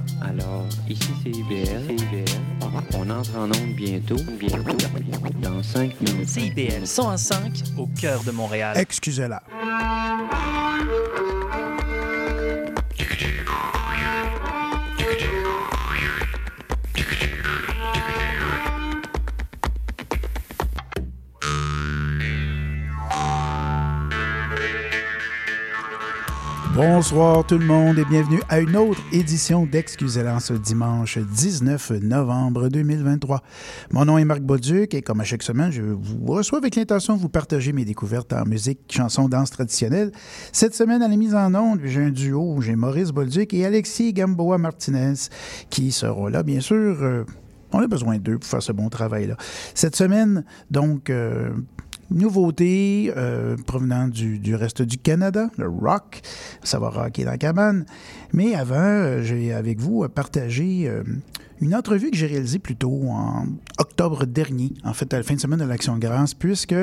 Alors, ici c'est IBL. On entre en onde bientôt. Dans 5 minutes. CIBL 101.5 au cœur de Montréal. Excusez-la. Bonsoir tout le monde et bienvenue à une autre édition d'Excusez-la ce dimanche 19 novembre 2023. Mon nom est Marc Bolduc et comme à chaque semaine, je vous reçois avec l'intention de vous partager mes découvertes en musique, chansons, danse traditionnelle. Cette semaine, à la mise en onde, j'ai un duo, j'ai Maurice Bolduc et Alexis Gamboa Martinez qui seront là, bien sûr. On a besoin d'eux pour faire ce bon travail-là. Cette semaine, donc... nouveauté provenant du reste du Canada, le rock, ça va rocker dans la cabane. Mais avant, j'ai avec vous partagé une entrevue que j'ai réalisée plutôt en octobre dernier, en fait à la fin de semaine de l'Action de grâce, puisque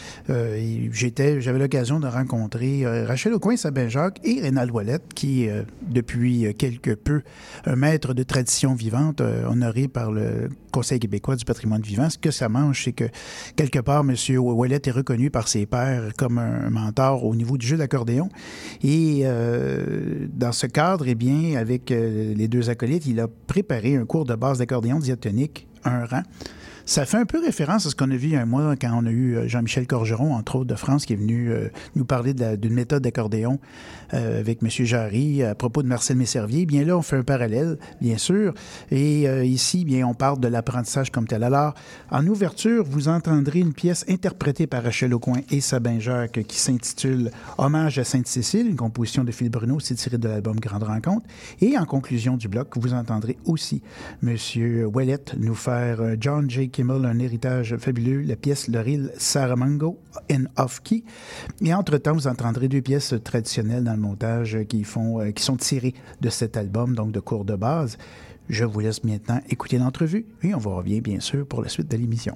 j'avais l'occasion de rencontrer Rachel Aucoin-Sabin-Jacques et Rénal Ouellette, qui depuis quelque peu un maître de tradition vivante, honoré par le Conseil québécois du patrimoine vivant. Ce que ça mange, c'est que quelque part, M. Ouellette est reconnu par ses pairs comme un mentor au niveau du jeu d'accordéon. Et dans ce cadre, eh bien, avec les deux acolytes, il a préparé un cours de base d'accordéon diatonique, un rang. Ça fait un peu référence à ce qu'on a vu il y a un mois quand on a eu Jean-Michel Corgeron, entre autres de France, qui est venu nous parler d'une méthode d'accordéon avec M. Jarry à propos de Marcel Messervier. Bien là, on fait un parallèle, bien sûr. Et ici, bien, on parle de l'apprentissage comme tel. Alors, en ouverture, vous entendrez une pièce interprétée par Rachel Aucoin et Sabin-Jacques qui s'intitule « Hommage à Sainte-Cécile », une composition de Phil Bruno, c'est tiré de l'album Grande Rencontre. Et en conclusion du bloc, vous entendrez aussi M. Ouellette nous faire John J. Kimmel, un héritage fabuleux, la pièce Le Ril Saramango in Off-Key. Et entre-temps, vous entendrez deux pièces traditionnelles dans le montage qui sont tirées de cet album, donc de cours de base. Je vous laisse maintenant écouter l'entrevue et on vous revient bien sûr pour la suite de l'émission.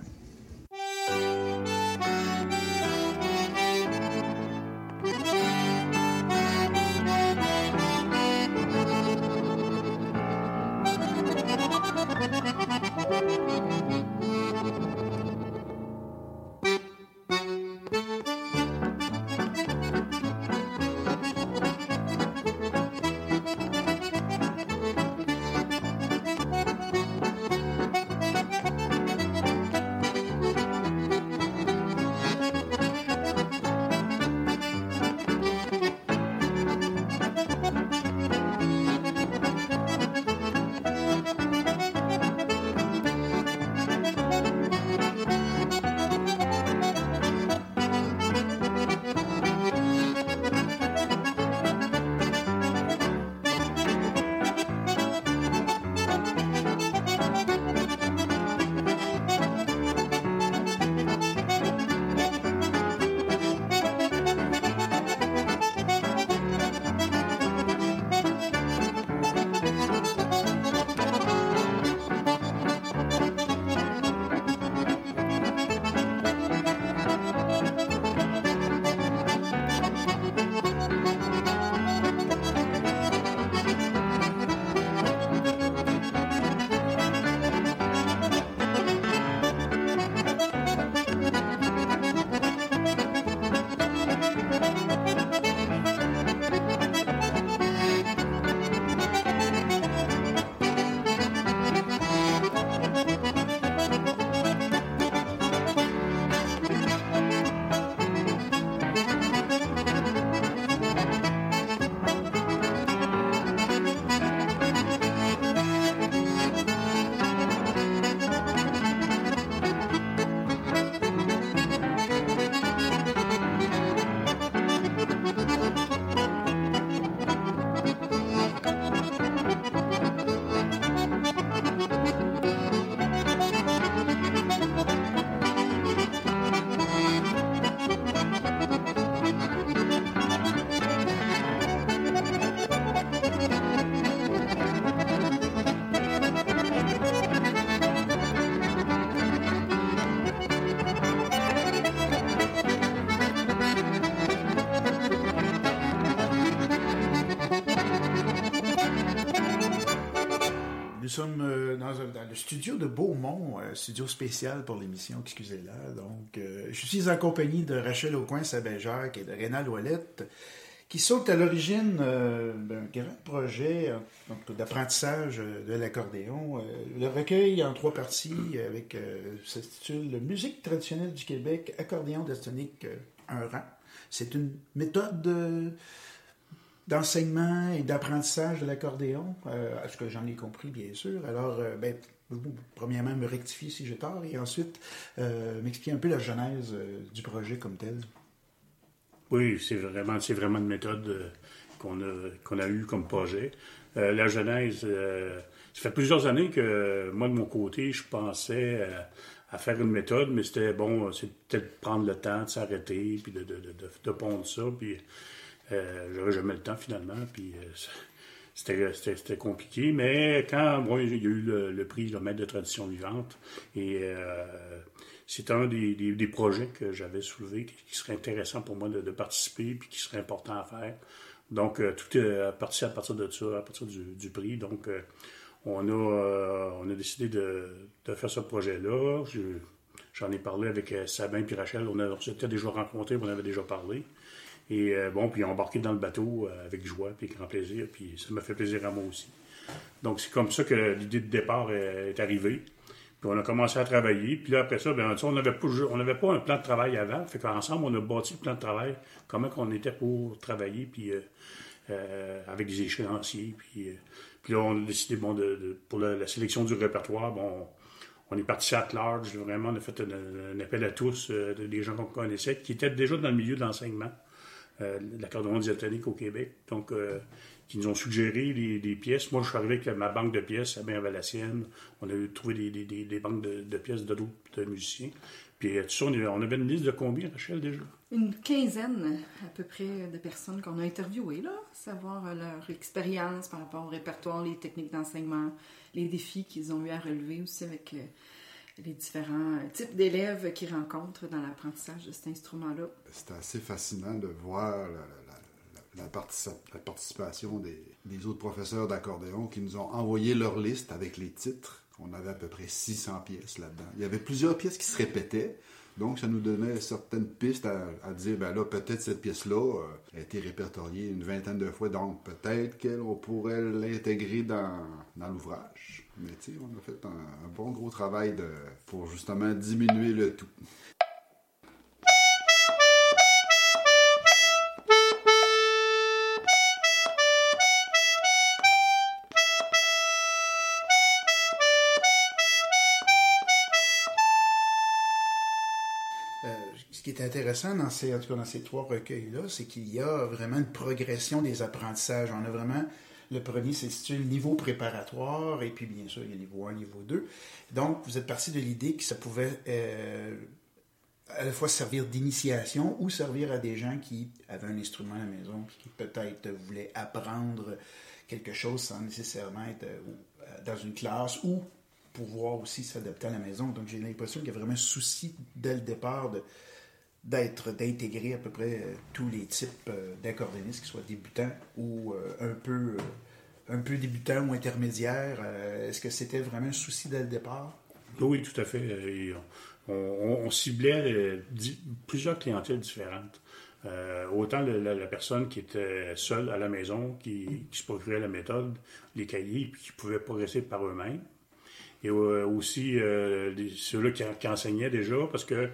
Nous sommes dans le studio de Beaumont, studio spécial pour l'émission Excusez-la. Donc, je suis en compagnie de Rachel Aucoin-Saint-Jacques et de Rénal Ouellette, qui sont à l'origine d'un grand projet d'apprentissage de l'accordéon. Le recueil en 3 parties avec s'intitule Musique traditionnelle du Québec, accordéon diatonique, un rang. C'est une méthode d'enseignement et d'apprentissage de l'accordéon, à ce que j'en ai compris, bien sûr. Alors, premièrement, me rectifier si j'ai tort, et ensuite, m'expliquer un peu la genèse du projet comme tel. Oui, c'est vraiment une méthode qu'on a eue comme projet. La genèse, ça fait plusieurs années que moi, de mon côté, je pensais à faire une méthode, mais c'était c'est peut-être prendre le temps de s'arrêter, puis de pondre ça, puis j'aurais jamais le temps finalement, puis c'était compliqué. Mais quand il y a eu le prix le Maître de tradition vivante, et c'est un des projets que j'avais soulevé qui serait intéressant pour moi de participer, puis qui serait important à faire. Donc, tout est parti à partir de ça, à partir du prix. Donc, on a décidé de faire ce projet-là. J'en ai parlé avec Sabin et Rachel. On s'était déjà rencontrés, on avait déjà parlé. Et puis embarqué dans le bateau avec joie et grand plaisir. Puis ça m'a fait plaisir à moi aussi. Donc, c'est comme ça que l'idée de départ est arrivée. Puis on a commencé à travailler. Puis là, après ça, on n'avait pas un plan de travail avant. Fait qu'ensemble, on a bâti le plan de travail, comment qu'on était pour travailler, puis avec des échéanciers. Puis là, on a décidé, pour la sélection du répertoire, on est parti à large. Vraiment, on a fait un appel à tous, des gens qu'on connaissait, qui étaient déjà dans le milieu de l'enseignement, de l'accordéon diatonique au Québec. Donc, qui nous ont suggéré des pièces. Moi, je suis arrivé avec ma banque de pièces, Sabin avait la sienne. On a trouvé des banques de pièces d'autres musiciens. Puis tout ça, on avait une liste de combien, Rachel, déjà? Une quinzaine, à peu près, de personnes qu'on a interviewées, là. Savoir leur expérience par rapport au répertoire, les techniques d'enseignement, les défis qu'ils ont eu à relever aussi avec les différents types d'élèves qu'ils rencontrent dans l'apprentissage de cet instrument-là. C'était assez fascinant de voir la participation des autres professeurs d'accordéon qui nous ont envoyé leur liste avec les titres. On avait à peu près 600 pièces là-dedans. Il y avait plusieurs pièces qui se répétaient, donc ça nous donnait certaines pistes à dire, peut-être cette pièce-là a été répertoriée une vingtaine de fois, donc peut-être qu'on pourrait l'intégrer dans l'ouvrage. Mais tu sais, on a fait un bon gros travail pour justement diminuer le tout. Ce qui est intéressant dans ces 3 recueils-là, c'est qu'il y a vraiment une progression des apprentissages. On a vraiment, le premier s'intitule niveau préparatoire, et puis bien sûr, il y a niveau 1, niveau 2. Donc, vous êtes parti de l'idée que ça pouvait à la fois servir d'initiation ou servir à des gens qui avaient un instrument à la maison, puis qui peut-être voulaient apprendre quelque chose sans nécessairement être dans une classe ou pouvoir aussi s'adapter à la maison. Donc, j'ai l'impression qu'il y a vraiment un souci dès le départ d'intégrer à peu près tous les types d'accordéonistes, qu'ils soient débutants ou un peu débutants ou intermédiaires. Est-ce que c'était vraiment un souci dès le départ? Oui, tout à fait. Et on ciblait plusieurs clientèles différentes. Autant la personne qui était seule à la maison, qui se procurait la méthode, les cahiers, puis qui pouvait progresser par eux-mêmes. Et aussi ceux-là qui enseignaient déjà, parce que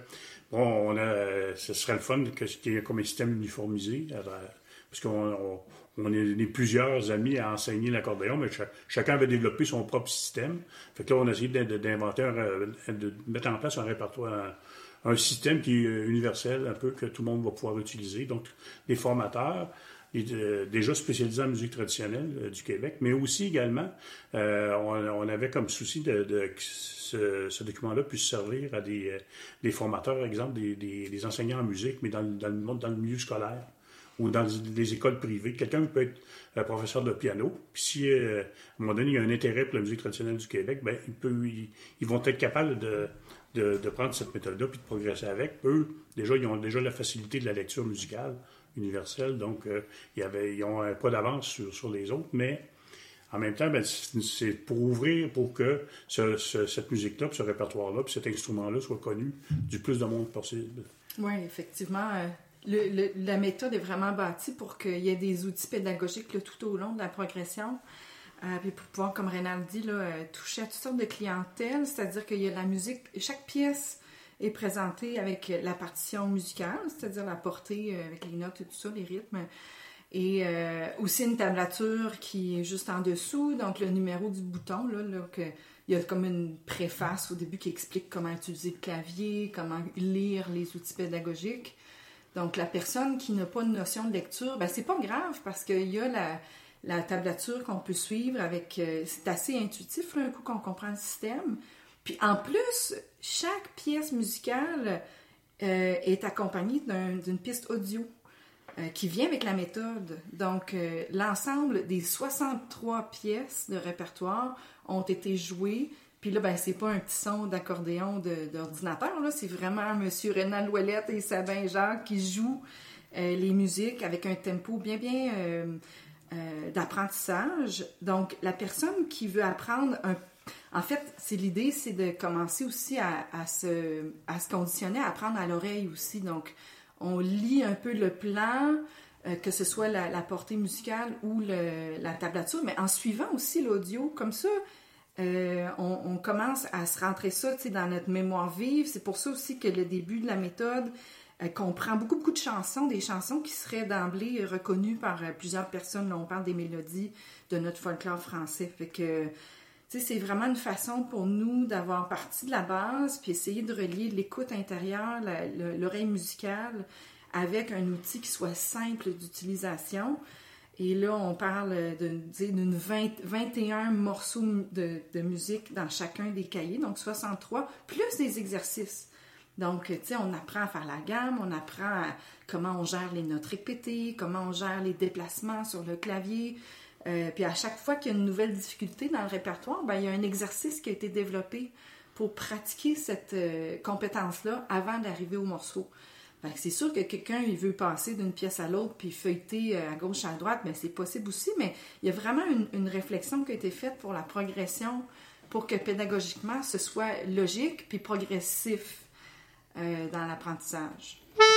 ce serait le fun qu'il y ait comme un système uniformisé, parce qu'on est plusieurs amis à enseigner l'accordéon, mais chacun avait développé son propre système. Fait que là, on a essayé d'inventer, de mettre en place un répertoire, un système qui est universel, un peu, que tout le monde va pouvoir utiliser. Donc, les formateurs, déjà spécialisés en musique traditionnelle du Québec, mais aussi également, on avait comme souci que ce document-là puisse servir à des formateurs, par exemple, des enseignants en musique, mais dans le milieu scolaire ou dans des écoles privées. Quelqu'un peut être professeur de piano, puis si, à un moment donné, il y a un intérêt pour la musique traditionnelle du Québec, ils vont être capables de prendre cette méthode-là puis de progresser avec. Eux, déjà, ils ont déjà la facilité de la lecture musicale universelle, donc ils ont un pas d'avance sur les autres, mais En même temps, ben, c'est pour ouvrir, pour que cette musique-là, puis ce répertoire-là, puis cet instrument-là soit connu du plus de monde possible. Oui, effectivement. La méthode est vraiment bâtie pour qu'il y ait des outils pédagogiques là, tout au long de la progression. Puis pour pouvoir, comme Rénal dit, là, toucher à toutes sortes de clientèles, c'est-à-dire qu'il y a la musique, chaque pièce est présentée avec la partition musicale, c'est-à-dire la portée avec les notes et tout ça, les rythmes, et aussi une tablature qui est juste en dessous, donc le numéro du bouton, il y a comme une préface au début qui explique comment utiliser le clavier, comment lire les outils pédagogiques. Donc la personne qui n'a pas de notion de lecture, ben c'est pas grave parce qu'il y a la tablature qu'on peut suivre avec... c'est assez intuitif, là, un coup qu'on comprend le système. Puis en plus, chaque pièce musicale est accompagnée d'une piste audio qui vient avec la méthode. Donc, l'ensemble des 63 pièces de répertoire ont été jouées. Puis là, ben, c'est pas un petit son d'accordéon d'ordinateur, là, c'est vraiment M. Rénal Ouellette et Sabin Jacques qui jouent les musiques avec un tempo bien d'apprentissage. Donc, la personne qui veut apprendre en fait, l'idée, c'est de commencer aussi à se conditionner, à apprendre à l'oreille aussi. Donc, on lit un peu le plan, que ce soit la portée musicale ou la tablature, mais en suivant aussi l'audio. Comme ça, on commence à se rentrer ça dans notre mémoire vive. C'est pour ça aussi que le début de la méthode comprend beaucoup de chansons, des chansons qui seraient d'emblée reconnues par plusieurs personnes. Là, on parle des mélodies de notre folklore français. Fait que, c'est vraiment une façon pour nous d'avoir parti de la base puis essayer de relier l'écoute intérieure, l'oreille musicale avec un outil qui soit simple d'utilisation. Et là, on parle d'une 21 morceaux de musique dans chacun des cahiers, donc 63, plus des exercices. Donc, tu sais, on apprend à faire la gamme, on apprend comment on gère les notes répétées, comment on gère les déplacements sur le clavier. Puis à chaque fois qu'il y a une nouvelle difficulté dans le répertoire, ben, il y a un exercice qui a été développé pour pratiquer cette compétence-là avant d'arriver au morceau. Fait que c'est sûr que quelqu'un il veut passer d'une pièce à l'autre puis feuilleter à gauche à droite, ben, c'est possible aussi, mais il y a vraiment une réflexion qui a été faite pour la progression, pour que pédagogiquement ce soit logique puis progressif dans l'apprentissage.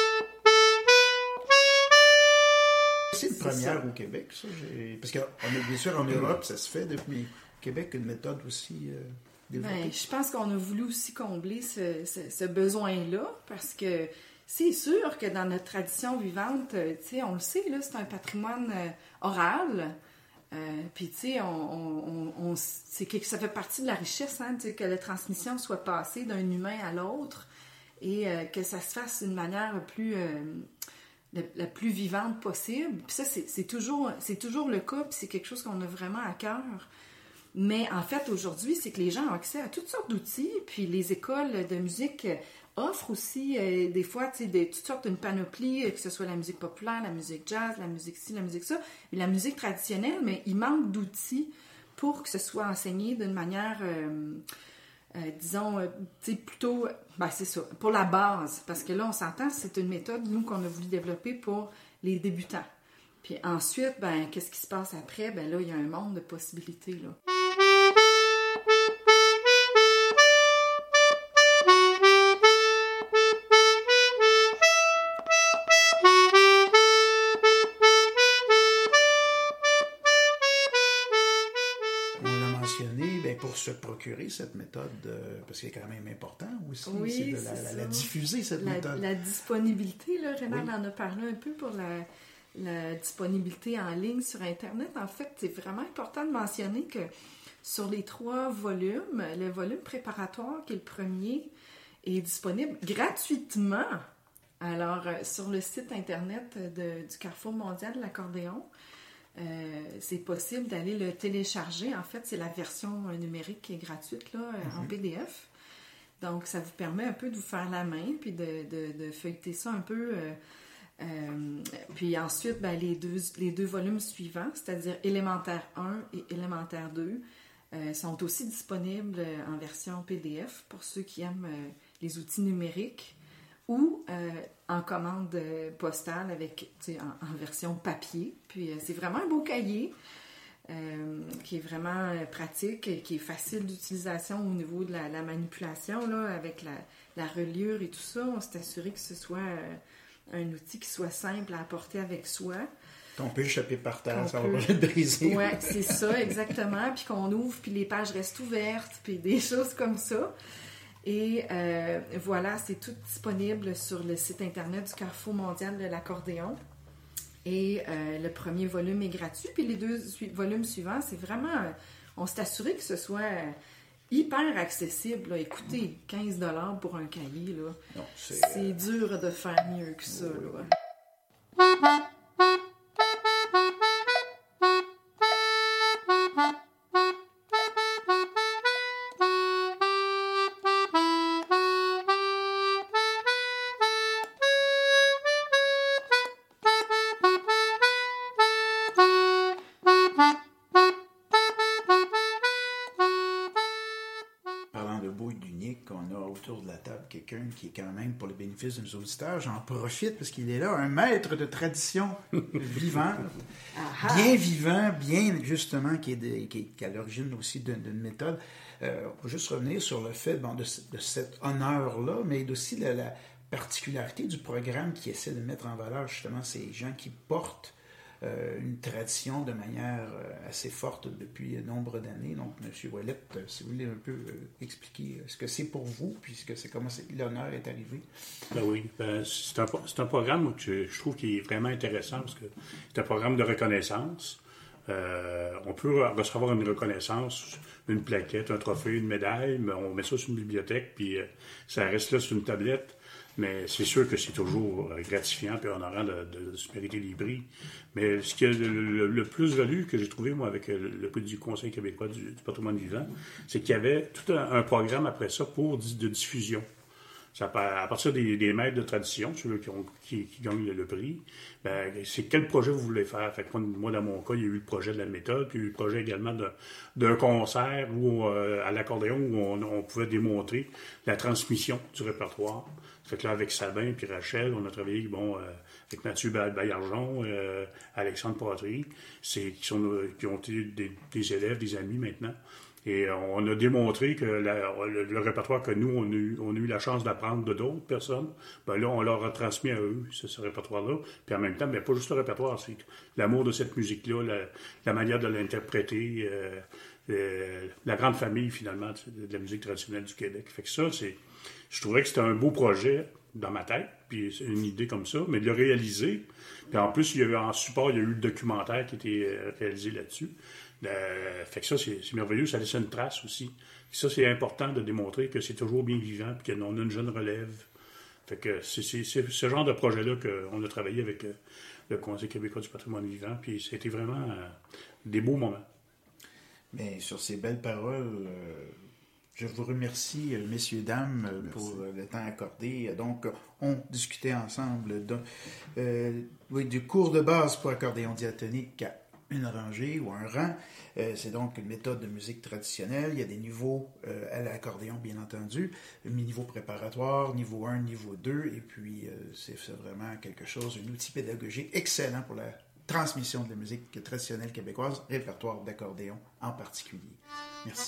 C'est une première au Québec, ça. Parce que bien sûr, en Europe, ça se fait depuis. Au Québec, une méthode aussi développée. Ben, je pense qu'on a voulu aussi combler ce besoin-là, parce que c'est sûr que dans notre tradition vivante, on le sait, là, c'est un patrimoine oral. Puis, tu sais, ça fait partie de la richesse, hein, que la transmission soit passée d'un humain à l'autre et que ça se fasse d'une manière la plus vivante possible. Puis ça, c'est toujours le cas, puis c'est quelque chose qu'on a vraiment à cœur. Mais en fait, aujourd'hui, c'est que les gens ont accès à toutes sortes d'outils, puis les écoles de musique offrent aussi, des fois, toutes sortes d'une panoplie, que ce soit la musique populaire, la musique jazz, la musique ci, la musique ça, et la musique traditionnelle, mais il manque d'outils pour que ce soit enseigné d'une manière... disons, plutôt, c'est ça, pour la base, parce que là, on s'entend, c'est une méthode, nous, qu'on a voulu développer pour les débutants. Puis ensuite, qu'est-ce qui se passe après? Là, il y a un monde de possibilités, là. Pour se procurer cette méthode, parce qu'il est quand même important aussi, oui, c'est de la diffuser, cette méthode. La disponibilité, là, Rénal en a parlé un peu pour la disponibilité en ligne sur Internet. En fait, c'est vraiment important de mentionner que sur les 3 volumes, le volume préparatoire, qui est le premier, est disponible gratuitement. Alors, sur le site Internet du Carrefour mondial de l'accordéon, c'est possible d'aller le télécharger. En fait, c'est la version numérique qui est gratuite là, en PDF. Donc, ça vous permet un peu de vous faire la main puis de feuilleter ça un peu. Puis ensuite, les deux volumes suivants, c'est-à-dire élémentaire 1 et élémentaire 2, sont aussi disponibles en version PDF pour ceux qui aiment les outils numériques ou en commande postale avec en version papier. Puis c'est vraiment un beau cahier. qui est vraiment pratique, et qui est facile d'utilisation au niveau de la manipulation, là, avec la reliure et tout ça. On s'est assuré que ce soit un outil qui soit simple à apporter avec soi. Qu'on peut échapper par terre, ça va pas le briser. Oui, c'est ça, exactement. Puis qu'on ouvre, puis les pages restent ouvertes, puis des choses comme ça. Et voilà, c'est tout disponible sur le site Internet du Carrefour mondial de l'accordéon. Et le premier volume est gratuit. Puis les 2 volumes suivants, c'est vraiment... on s'est assuré que ce soit hyper accessible. Là. Écoutez, 15 $ pour un cahier, là. Non, c'est dur de faire mieux que ça. Là. Autour de la table, quelqu'un qui est quand même, pour le bénéfice de nos auditeurs, j'en profite parce qu'il est là, un maître de tradition vivant, bien vivant, bien justement, qui est à l'origine aussi d'une méthode. On va juste revenir sur le fait de cet honneur-là, mais aussi la particularité du programme qui essaie de mettre en valeur justement ces gens qui portent une tradition de manière assez forte depuis nombre d'années. Donc, M. Ouellet, si vous voulez un peu expliquer ce que c'est pour vous, puis comment l'honneur est arrivé. Ben oui, c'est un programme que je trouve qui est vraiment intéressant parce que c'est un programme de reconnaissance. On peut recevoir une reconnaissance, une plaquette, un trophée, une médaille, mais on met ça sur une bibliothèque, puis ça reste là sur une tablette. Mais c'est sûr que c'est toujours gratifiant et honorant de se mériter des prix. Mais ce qui est le plus-value que j'ai trouvé, moi, avec le prix du Conseil québécois du patrimoine vivant, c'est qu'il y avait tout un programme après ça de diffusion. Ça, à partir des maîtres de tradition, ceux qui gagnent le prix, ben, c'est quel projet vous voulez faire. Fait que moi, dans mon cas, il y a eu le projet de la méthode, puis il y a eu le projet également d'un concert à l'accordéon où on pouvait démontrer la transmission du répertoire. Fait que là, avec Sabin et Rachel, on a travaillé avec Mathieu Baillargeon, Alexandre Patry, qui ont été des élèves, des amis maintenant. Et on a démontré que le répertoire que nous, on a eu la chance d'apprendre de d'autres personnes, ben là, on leur a transmis à eux, ce répertoire-là. Puis en même temps, ben, pas juste le répertoire, c'est l'amour de cette musique-là, la manière de l'interpréter, la grande famille, finalement, de la musique traditionnelle du Québec. Fait que ça, je trouvais que c'était un beau projet dans ma tête, puis c'est une idée comme ça, mais de le réaliser. Puis en plus, en support, il y a eu le documentaire qui a été réalisé là-dessus. Fait que ça, c'est merveilleux, ça laisse une trace aussi. Et ça, c'est important de démontrer que c'est toujours bien vivant et qu'on a une jeune relève. Fait que c'est ce genre de projet-là qu'on a travaillé avec le Conseil québécois du patrimoine vivant, puis ça a été vraiment des beaux moments. Mais sur ces belles paroles, je vous remercie, messieurs, dames, pour le temps accordé. Donc, on discutait ensemble du cours de base pour accordéon diatonique à une rangée ou un rang. C'est donc une méthode de musique traditionnelle. Il y a des niveaux à l'accordéon, bien entendu. Niveau préparatoire, niveau 1, niveau 2. Et puis, c'est vraiment quelque chose, un outil pédagogique excellent pour la transmission de la musique traditionnelle québécoise, répertoire d'accordéon en particulier. Merci.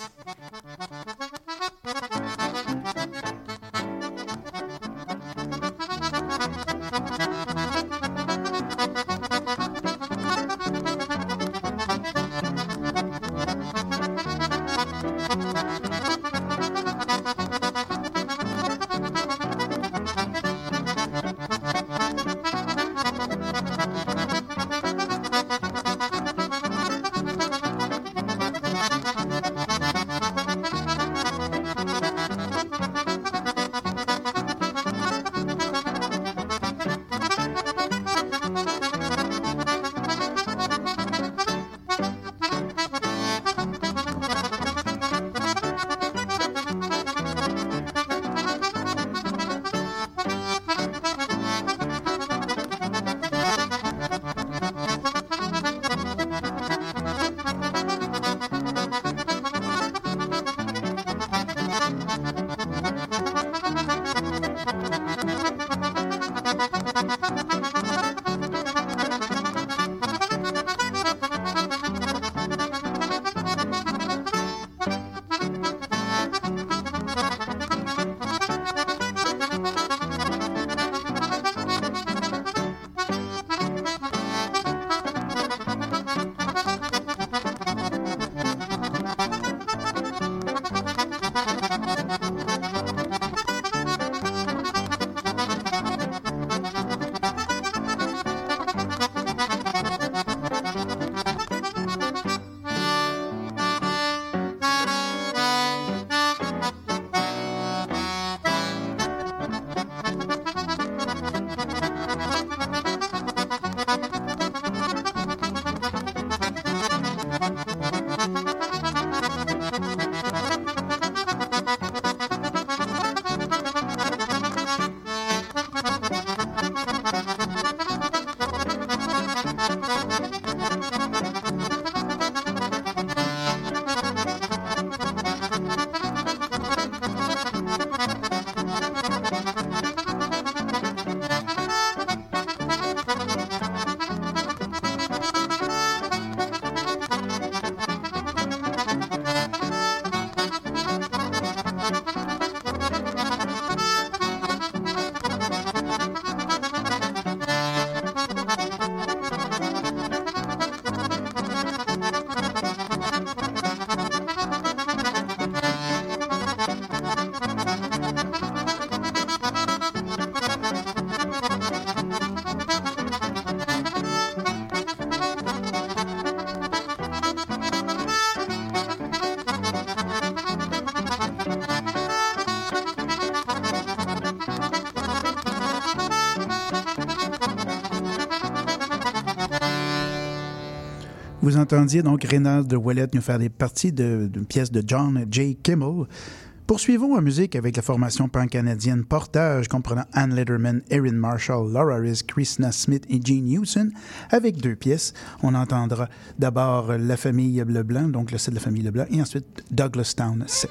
Vous entendiez donc Reynald Ouellet nous faire des parties d'une pièce de John J. Kimmel. Poursuivons en musique avec la formation pan-canadienne Portage, comprenant Ann Letterman, Erin Marshall, Laura Risk, Krishna Smith et Gene Hewson, avec 2 pièces. On entendra d'abord La Famille Leblanc, donc le set de La Famille Leblanc, et ensuite Douglastown 7.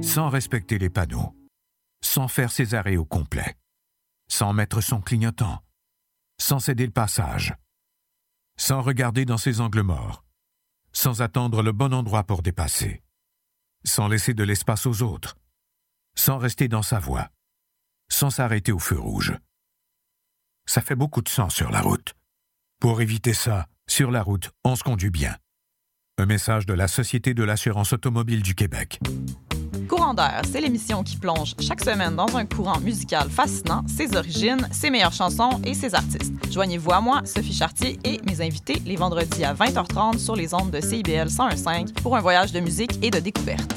sans respecter les panneaux, sans faire ses arrêts au complet, sans mettre son clignotant, sans céder le passage, sans regarder dans ses angles morts, sans attendre le bon endroit pour dépasser, sans laisser de l'espace aux autres, sans rester dans sa voie, sans s'arrêter au feu rouge. Ça fait beaucoup de sang sur la route. Pour éviter ça, sur la route, on se conduit bien. Un message de la Société de l'assurance automobile du Québec. Courant d'air, c'est l'émission qui plonge chaque semaine dans un courant musical fascinant, ses origines, ses meilleures chansons et ses artistes. Joignez-vous à moi, Sophie Chartier et mes invités les vendredis à 20h30 sur les ondes de CIBL 101.5 pour un voyage de musique et de découverte.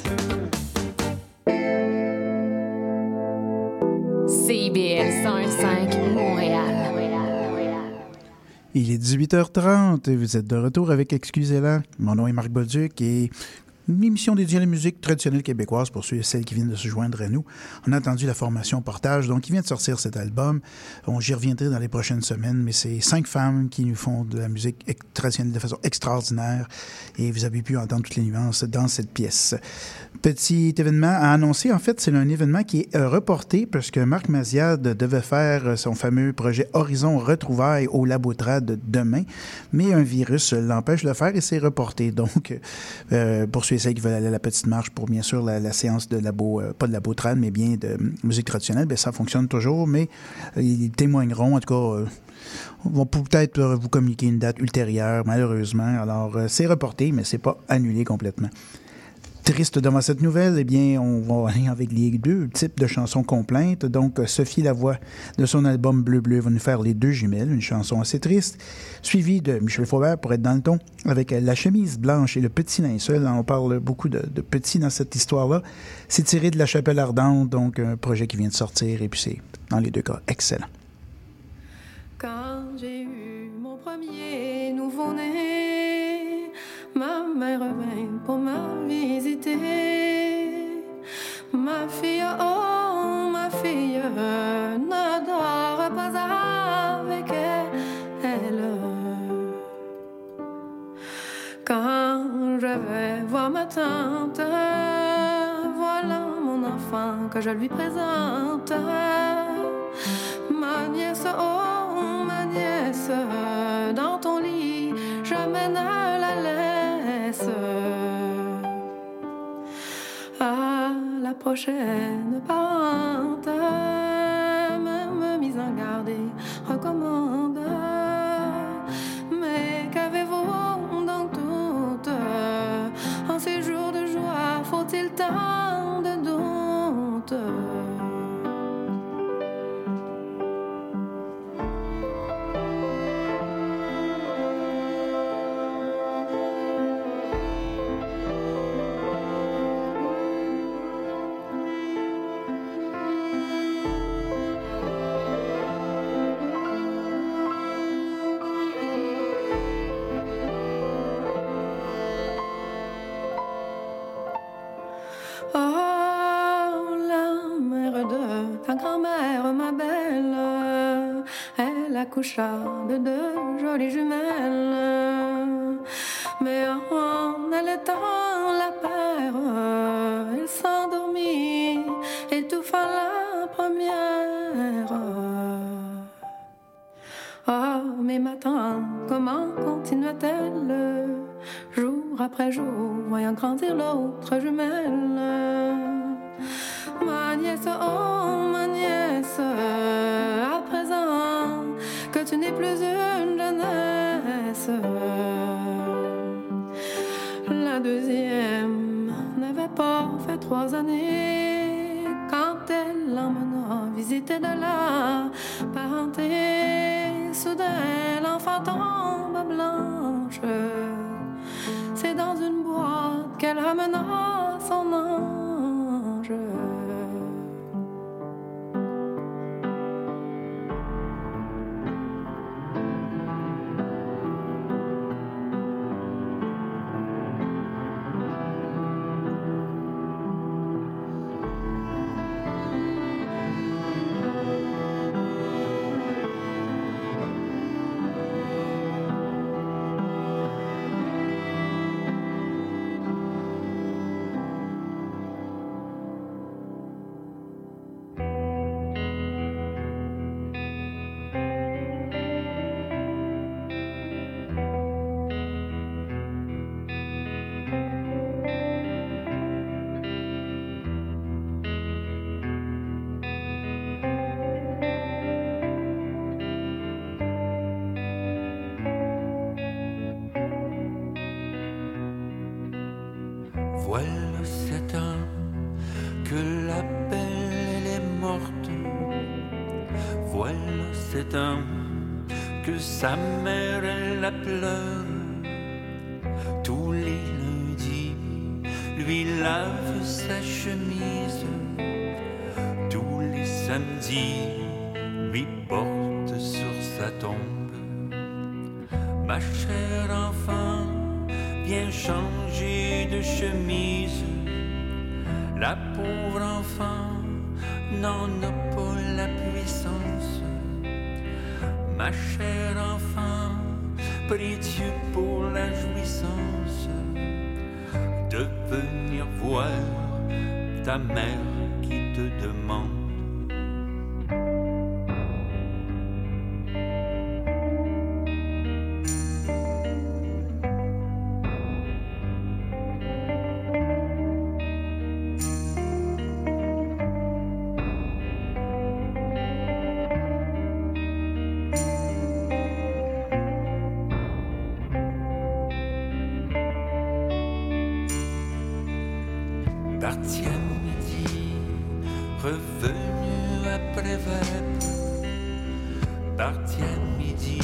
CIBL 101.5 Montréal. Il est 18h30 et vous êtes de retour avec Excusez-la. Mon nom est Marc Bolduc et une émission dédiée à la musique traditionnelle québécoise pour ceux et celles qui viennent de se joindre à nous. On a entendu la formation Portage, donc qui vient de sortir cet album. J'y reviendrai dans les prochaines semaines, mais c'est 5 femmes qui nous font de la musique traditionnelle de façon extraordinaire et vous avez pu entendre toutes les nuances dans cette pièce. Petit événement à annoncer, en fait, c'est un événement qui est reporté parce que Marc Maziad devait faire son fameux projet Horizon Retrouvailles au Labotrad demain, mais un virus l'empêche de le faire et c'est reporté. Donc, pour ceux et celles qui veulent aller à la petite marche pour, bien sûr, la séance de labo, pas de Labotrad, mais bien de musique traditionnelle, bien, ça fonctionne toujours, mais ils témoigneront, en tout cas, vont peut-être vous communiquer une date ultérieure, malheureusement. Alors, c'est reporté, mais c'est pas annulé complètement. Triste devant cette nouvelle, eh bien, on va aller avec les deux types de chansons complaintes. Donc, Sophie Lavoie, de son album Bleu Bleu, va nous faire Les Deux Jumelles, une chanson assez triste, suivie de Michel Fauvert, pour être dans le ton, avec La Chemise Blanche et Le Petit Linceul. On parle beaucoup de petits dans cette histoire-là. C'est tiré de La Chapelle Ardente, donc un projet qui vient de sortir, et puis c'est, dans les deux cas, excellent. Quand j'ai eu mon premier nouveau-né, ma mère vint pour me visiter. Ma fille, oh ma fille, ne dors pas avec elle. Quand je vais voir ma tante, voilà mon enfant que je lui présente. Ma nièce, oh ma nièce, dans ton lit, je mène la laisse. À la prochaine parente, même mise en garde et recommande. Mais qu'avez-vous donc tout en ces jours de joie? Faut-il tant de doute? Accoucha de deux jolies jumelles, mais en allaitant la paire, elle s'endormit, étouffa la première. Ah, mais ma tante, comment continua-t-elle, jour après jour, voyant grandir l'autre jumelle? Ma nièce, oh ma nièce, à présent que tu n'es plus une jeunesse. La deuxième n'avait pas fait 3 années quand elle l'emmena visiter de la parenté. Soudain l'enfant tombe blanche, c'est dans une boîte qu'elle ramena son ange. je l'appelle, elle est morte. Voilà cet homme que sa mère, elle la pleure. Tous les lundis, lui lave sa chemise. Tous les samedis, lui porte sur sa tombe. Ma chère enfant, viens changer de chemise. La pauvre enfant n'en a pas la puissance. Ma chère enfant, prie Dieu pour la jouissance de venir voir ta mère qui te demande. Parti à midi, revenu après vêpres. Parti à midi,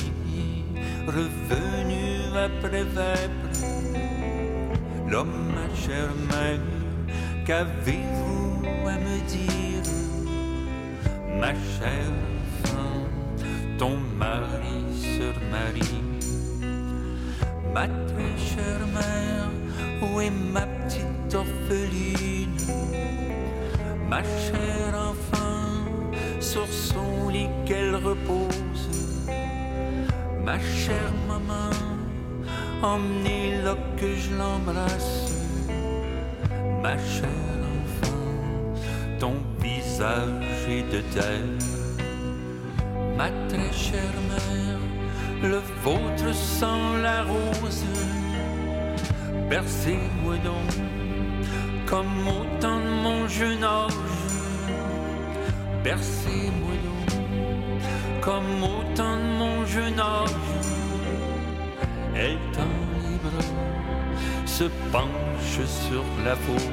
revenu après vêpres. L'homme, ma chère mère, qu'avez-vous à me dire? Ma chère enfant, ton mari se remarie. Ma très chère mère, où est ma petite orpheline? Ma chère enfant, sur son lit qu'elle repose. Ma chère maman, emmenez-la que je l'embrasse. Ma chère enfant, ton visage est de terre. Ma très chère mère, le vôtre sent la rose. Bercez-moi donc comme au temps de mon jeune âge. Bercez-moi donc comme au temps de mon jeune âge. Elle tend les bras, se penche sur la fosse.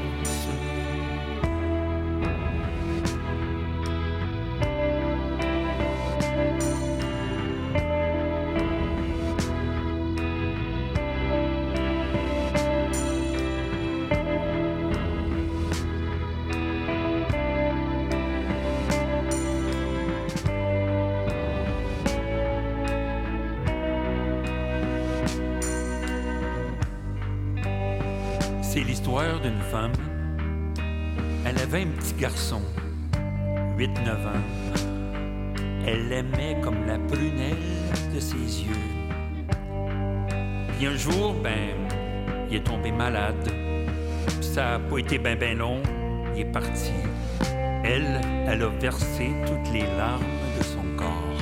C'est l'histoire d'une femme. Elle avait un petit garçon, 8-9 ans. Elle l'aimait comme la prunelle de ses yeux. Puis un jour, il est tombé malade. Ça n'a pas été ben long, il est parti. Elle a versé toutes les larmes de son corps.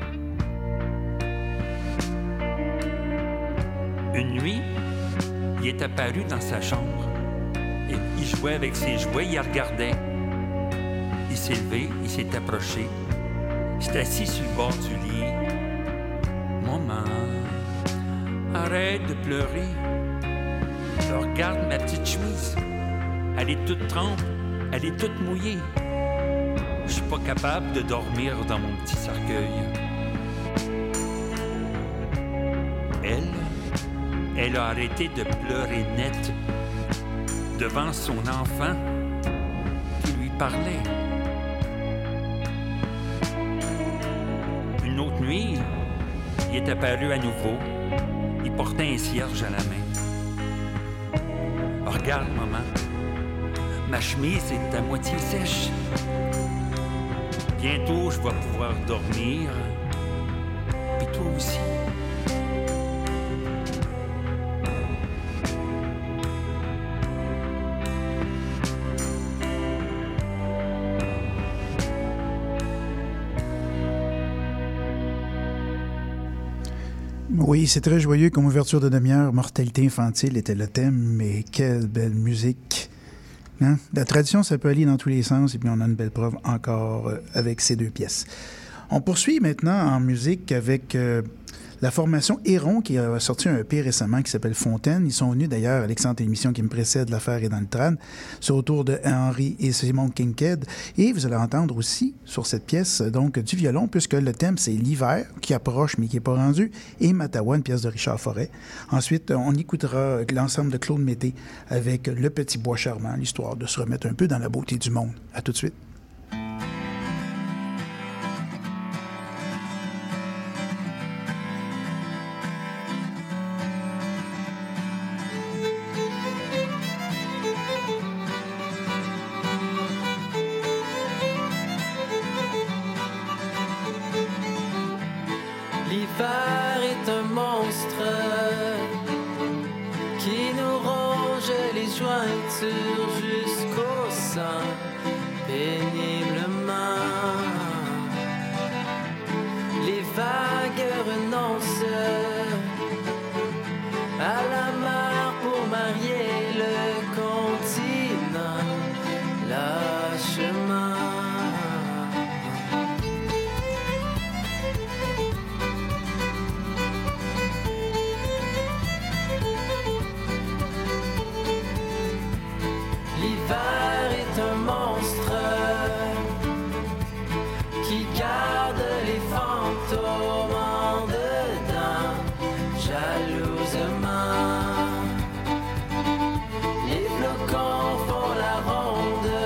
Une nuit, il est apparu dans sa chambre. Et il jouait avec ses jouets, il la regardait. Il s'est levé, il s'est approché. Il s'est assis sur le bord du lit. « Maman, arrête de pleurer. Je regarde ma petite chemise. Elle est toute trempe, elle est toute mouillée. Je suis pas capable de dormir dans mon petit cercueil. » Elle a arrêté de pleurer net devant son enfant qui lui parlait. Une autre nuit, il est apparu à nouveau. Il portait un cierge à la main. « Regarde, maman, ma chemise est à moitié sèche. Bientôt, je vais pouvoir dormir. Puis toi aussi. » Oui, c'est très joyeux comme ouverture de demi-heure. Mortalité infantile était le thème, mais quelle belle musique. Hein? La tradition, ça peut aller dans tous les sens, et puis on a une belle preuve encore avec ces deux pièces. On poursuit maintenant en musique avec La formation Héron, qui a sorti un EP récemment qui s'appelle Fontaine. Ils sont venus d'ailleurs à l'excellente émission qui me précède, L'Affaire est dans le trâne. C'est autour de Henry et Simon Kincaid. Et vous allez entendre aussi sur cette pièce donc du violon, puisque le thème c'est l'hiver, qui approche mais qui n'est pas rendu, et Mattawa, une pièce de Richard Forêt. Ensuite, on écoutera l'ensemble de Claude Mété avec Le Petit Bois Charmant, l'histoire de se remettre un peu dans la beauté du monde. À tout de suite. L'hiver est un monstre qui nous ronge les jointures jusqu'au sang, péniblement. Les vagues renoncent à la mer pour marier le continent lâchement. L'hiver est un monstre qui garde les fantômes en dedans, jalousement. Les flocons font la ronde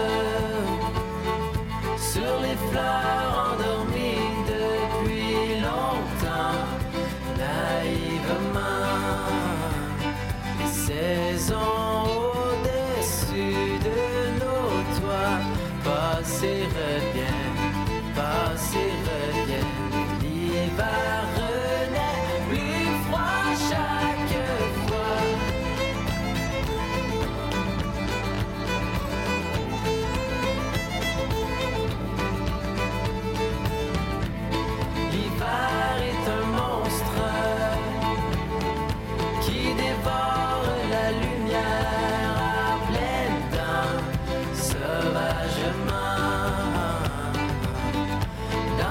sur les fleurs endormies depuis longtemps, naïvement. Les saisons au-dessus de nos toits passent et reviennent, passent et reviennent. L'hiver renaît plus froid chaque fois. L'hiver est un monstre qui dévore la lumière à pleines dents, sauvagement.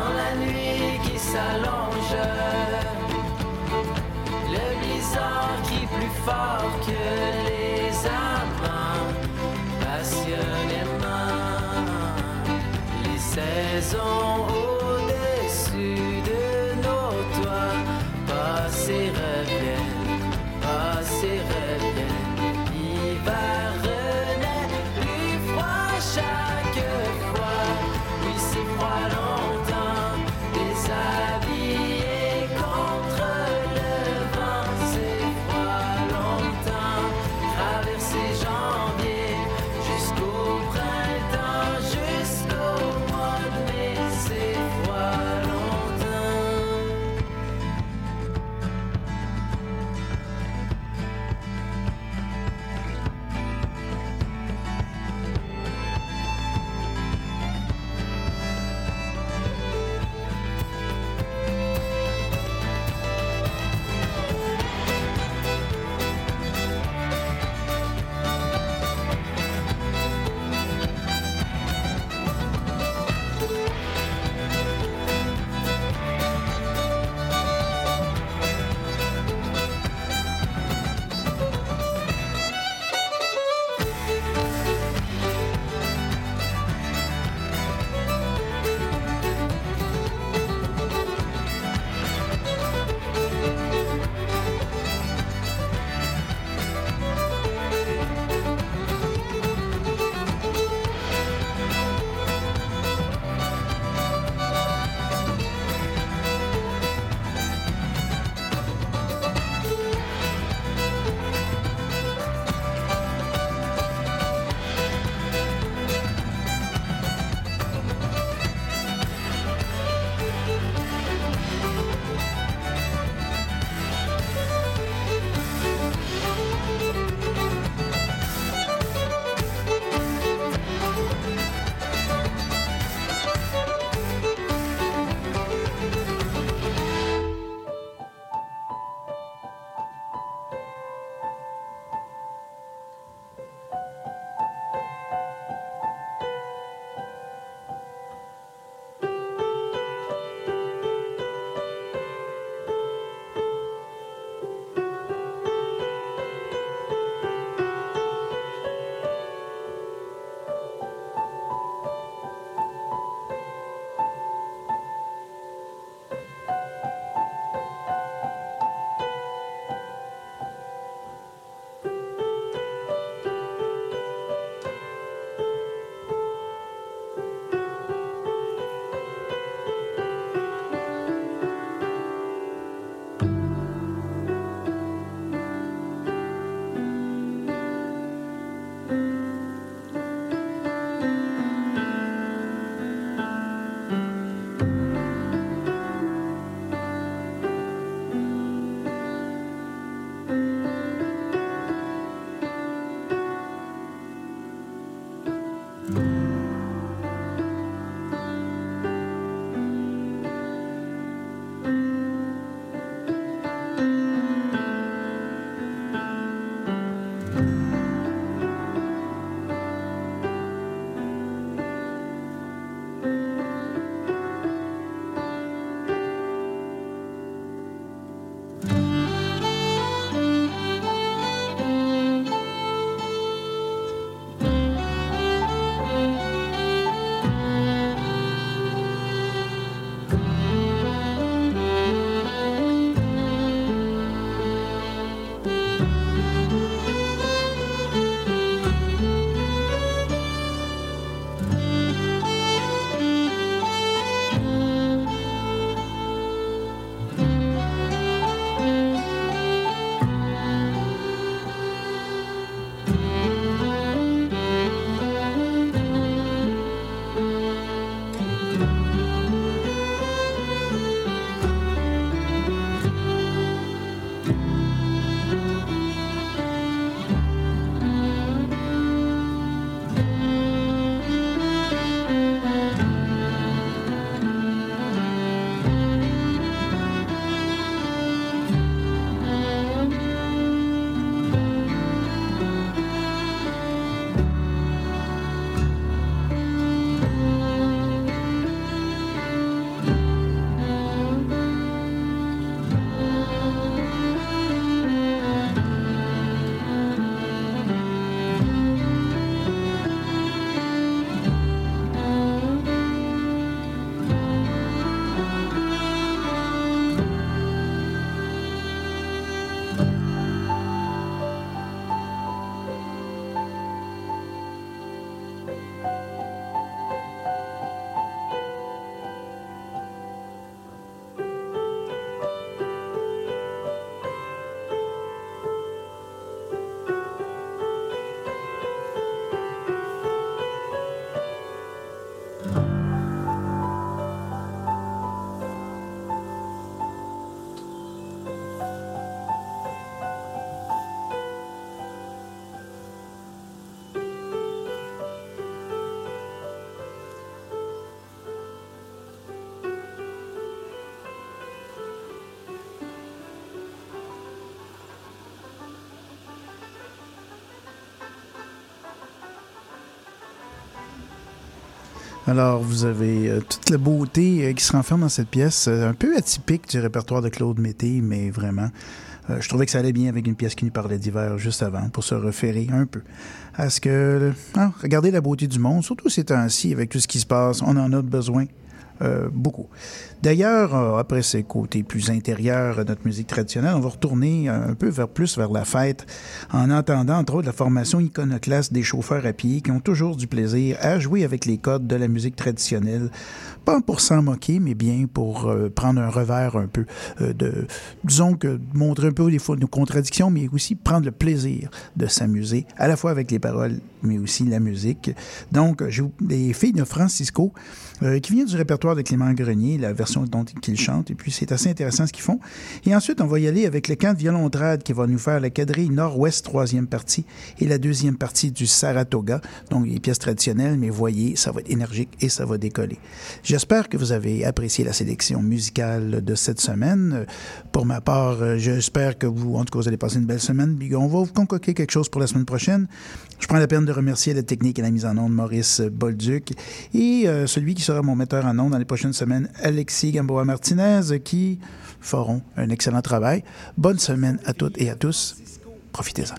Alors, vous avez toute la beauté qui se renferme dans cette pièce, un peu atypique du répertoire de Claude Mété, mais vraiment, je trouvais que ça allait bien avec une pièce qui nous parlait d'hiver juste avant, pour se référer un peu à ce que... regardez la beauté du monde, surtout ces temps-ci, avec tout ce qui se passe, on en a besoin. Beaucoup. D'ailleurs, après ces côtés plus intérieurs de notre musique traditionnelle, on va retourner un peu plus vers la fête en entendant, entre autres, la formation iconoclaste des chauffeurs à pied qui ont toujours du plaisir à jouer avec les codes de la musique traditionnelle, pas pour s'en moquer, mais bien pour prendre un revers un peu disons que montrer un peu des fois nos contradictions, mais aussi prendre le plaisir de s'amuser, à la fois avec les paroles, mais aussi la musique. Donc, j'ai les filles de Francisco, qui vient du répertoire de Clément Grenier, la version dont qu'ils chantent, et puis c'est assez intéressant ce qu'ils font. Et ensuite, on va y aller avec le camp de violontrade qui va nous faire la quadrille nord-ouest, troisième partie, et la deuxième partie du Saratoga, donc les pièces traditionnelles, mais voyez, ça va être énergique et ça va décoller. J'espère que vous avez apprécié la sélection musicale de cette semaine. Pour ma part, j'espère que vous, en tout cas, vous allez passer une belle semaine, puis on va vous concocter quelque chose pour la semaine prochaine. Je prends la peine de remercier la technique et la mise en onde Maurice Bolduc et celui qui sera mon metteur en onde dans les prochaines semaines, Alexis Gamboa-Martinez, qui feront un excellent travail. Bonne semaine à toutes et à tous. Profitez-en.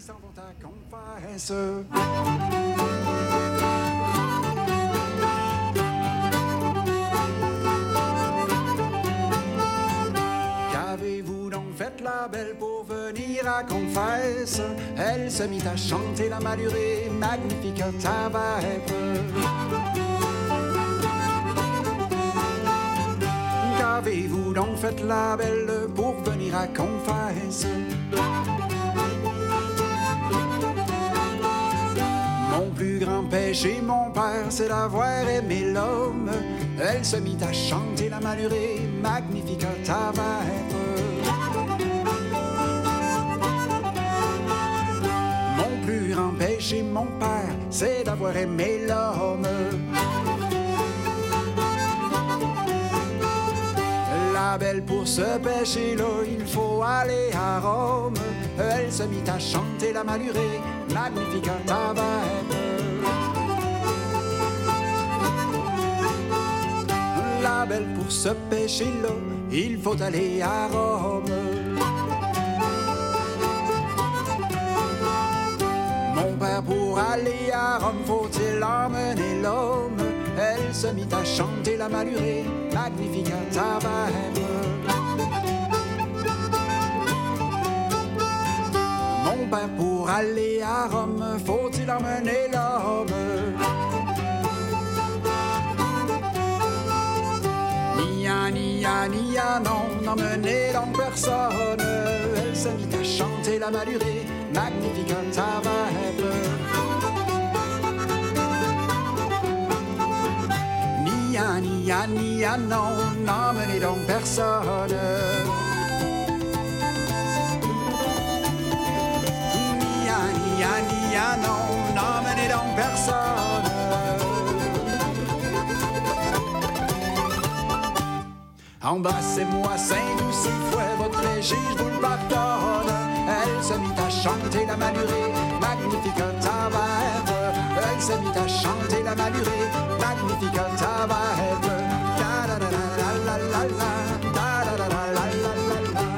Qu'avez-vous donc fait la belle pour venir à Confesse? Elle se mit à chanter la malurée, magnifique ça va être. Qu'avez-vous donc fait la belle pour venir à Confesse? Mon plus grand péché, mon père, c'est d'avoir aimé l'homme. Elle se mit à chanter la malurée, magnifique ça va être. Mon plus grand péché, mon père, c'est d'avoir aimé l'homme. La belle pour ce péché-là, il faut aller à Rome. Elle se mit à chanter la malurée, magnifique ça va être. La belle pour ce péché-là, il faut aller à Rome. Mon père, pour aller à Rome, faut-il emmener l'homme? Elle se mit à chanter la malurée, magnifique ça va être. Mon père, pour aller à Rome, faut-il emmener l'homme? Nia, non, n'emmenez donc personne. Elle se mit à chanter la malurée, magnifique ça va être. Nia, non, n'emmenez donc personne. Nia, non, n'emmenez donc personne. Embrassez-moi 5 ou 6 fois votre péché, je vous le pardonne. Elle se mit à chanter la malurée, magnifique ça va être. Elle se mit à chanter la malurée, magnifique ça va être. Da da da la la la la, da da da la la la la.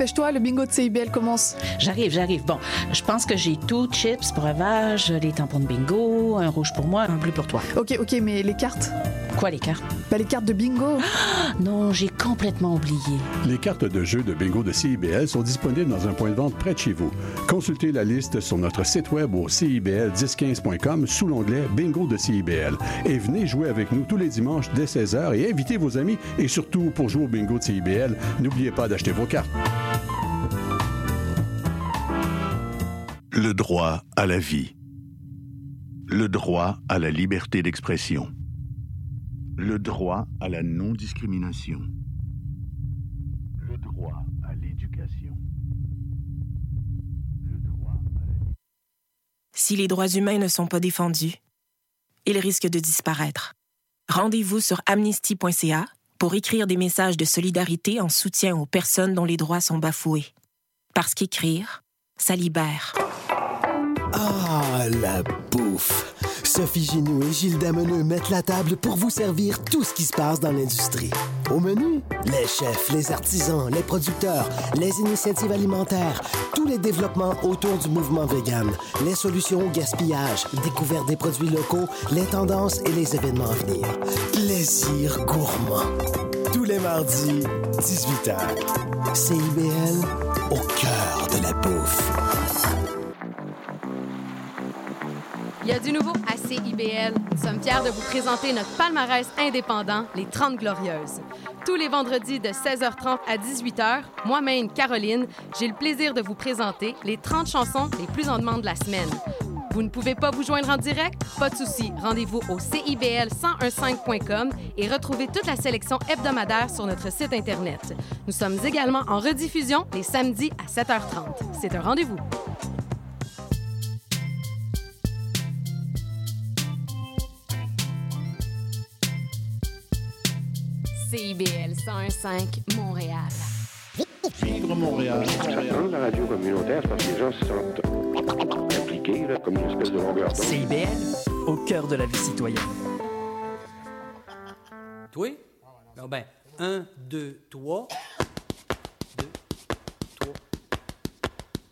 dépêche-toi, le bingo de CIBL commence. J'arrive. Bon, je pense que j'ai tout. Chips, breuvage, les tampons de bingo, un rouge pour moi, un bleu pour toi. Ok, mais les cartes? Quoi, les cartes? Les cartes de bingo. Non, j'ai complètement oublié. Les cartes de jeu de bingo de CIBL sont disponibles dans un point de vente près de chez vous. Consultez la liste sur notre site web au CIBL1015.com sous l'onglet Bingo de CIBL. Et venez jouer avec nous tous les dimanches dès 16h et invitez vos amis. Et surtout, pour jouer au bingo de CIBL, n'oubliez pas d'acheter vos cartes. Le droit à la vie. Le droit à la liberté d'expression. Le droit à la non-discrimination. Le droit à l'éducation. Si les droits humains ne sont pas défendus, ils risquent de disparaître. Rendez-vous sur amnesty.ca pour écrire des messages de solidarité en soutien aux personnes dont les droits sont bafoués. Parce qu'écrire, ça libère. Ah, la bouffe! Sophie Ginoux et Gilles Dameneux mettent la table pour vous servir tout ce qui se passe dans l'industrie. Au menu, les chefs, les artisans, les producteurs, les initiatives alimentaires, tous les développements autour du mouvement vegan, les solutions au gaspillage, découverte des produits locaux, les tendances et les événements à venir. Plaisir gourmand. Tous les mardis, 18h. CIBL, au cœur de la bouffe. Il y a du nouveau à CIBL. Nous sommes fiers de vous présenter notre palmarès indépendant, les 30 Glorieuses. Tous les vendredis de 16h30 à 18h, moi-même, Caroline, j'ai le plaisir de vous présenter les 30 chansons les plus en demande de la semaine. Vous ne pouvez pas vous joindre en direct? Pas de souci. Rendez-vous au CIBL1015.com et retrouvez toute la sélection hebdomadaire sur notre site Internet. Nous sommes également en rediffusion les samedis à 7h30. C'est un rendez-vous. CIBL 101.5 Montréal. Vivre Montréal. Dans la radio communautaire, c'est parce que les gens se sentent impliqués, là, comme une espèce de longueur d'onde. CIBL, au cœur de la vie citoyenne. Toi? Ben, 1, 2, 3...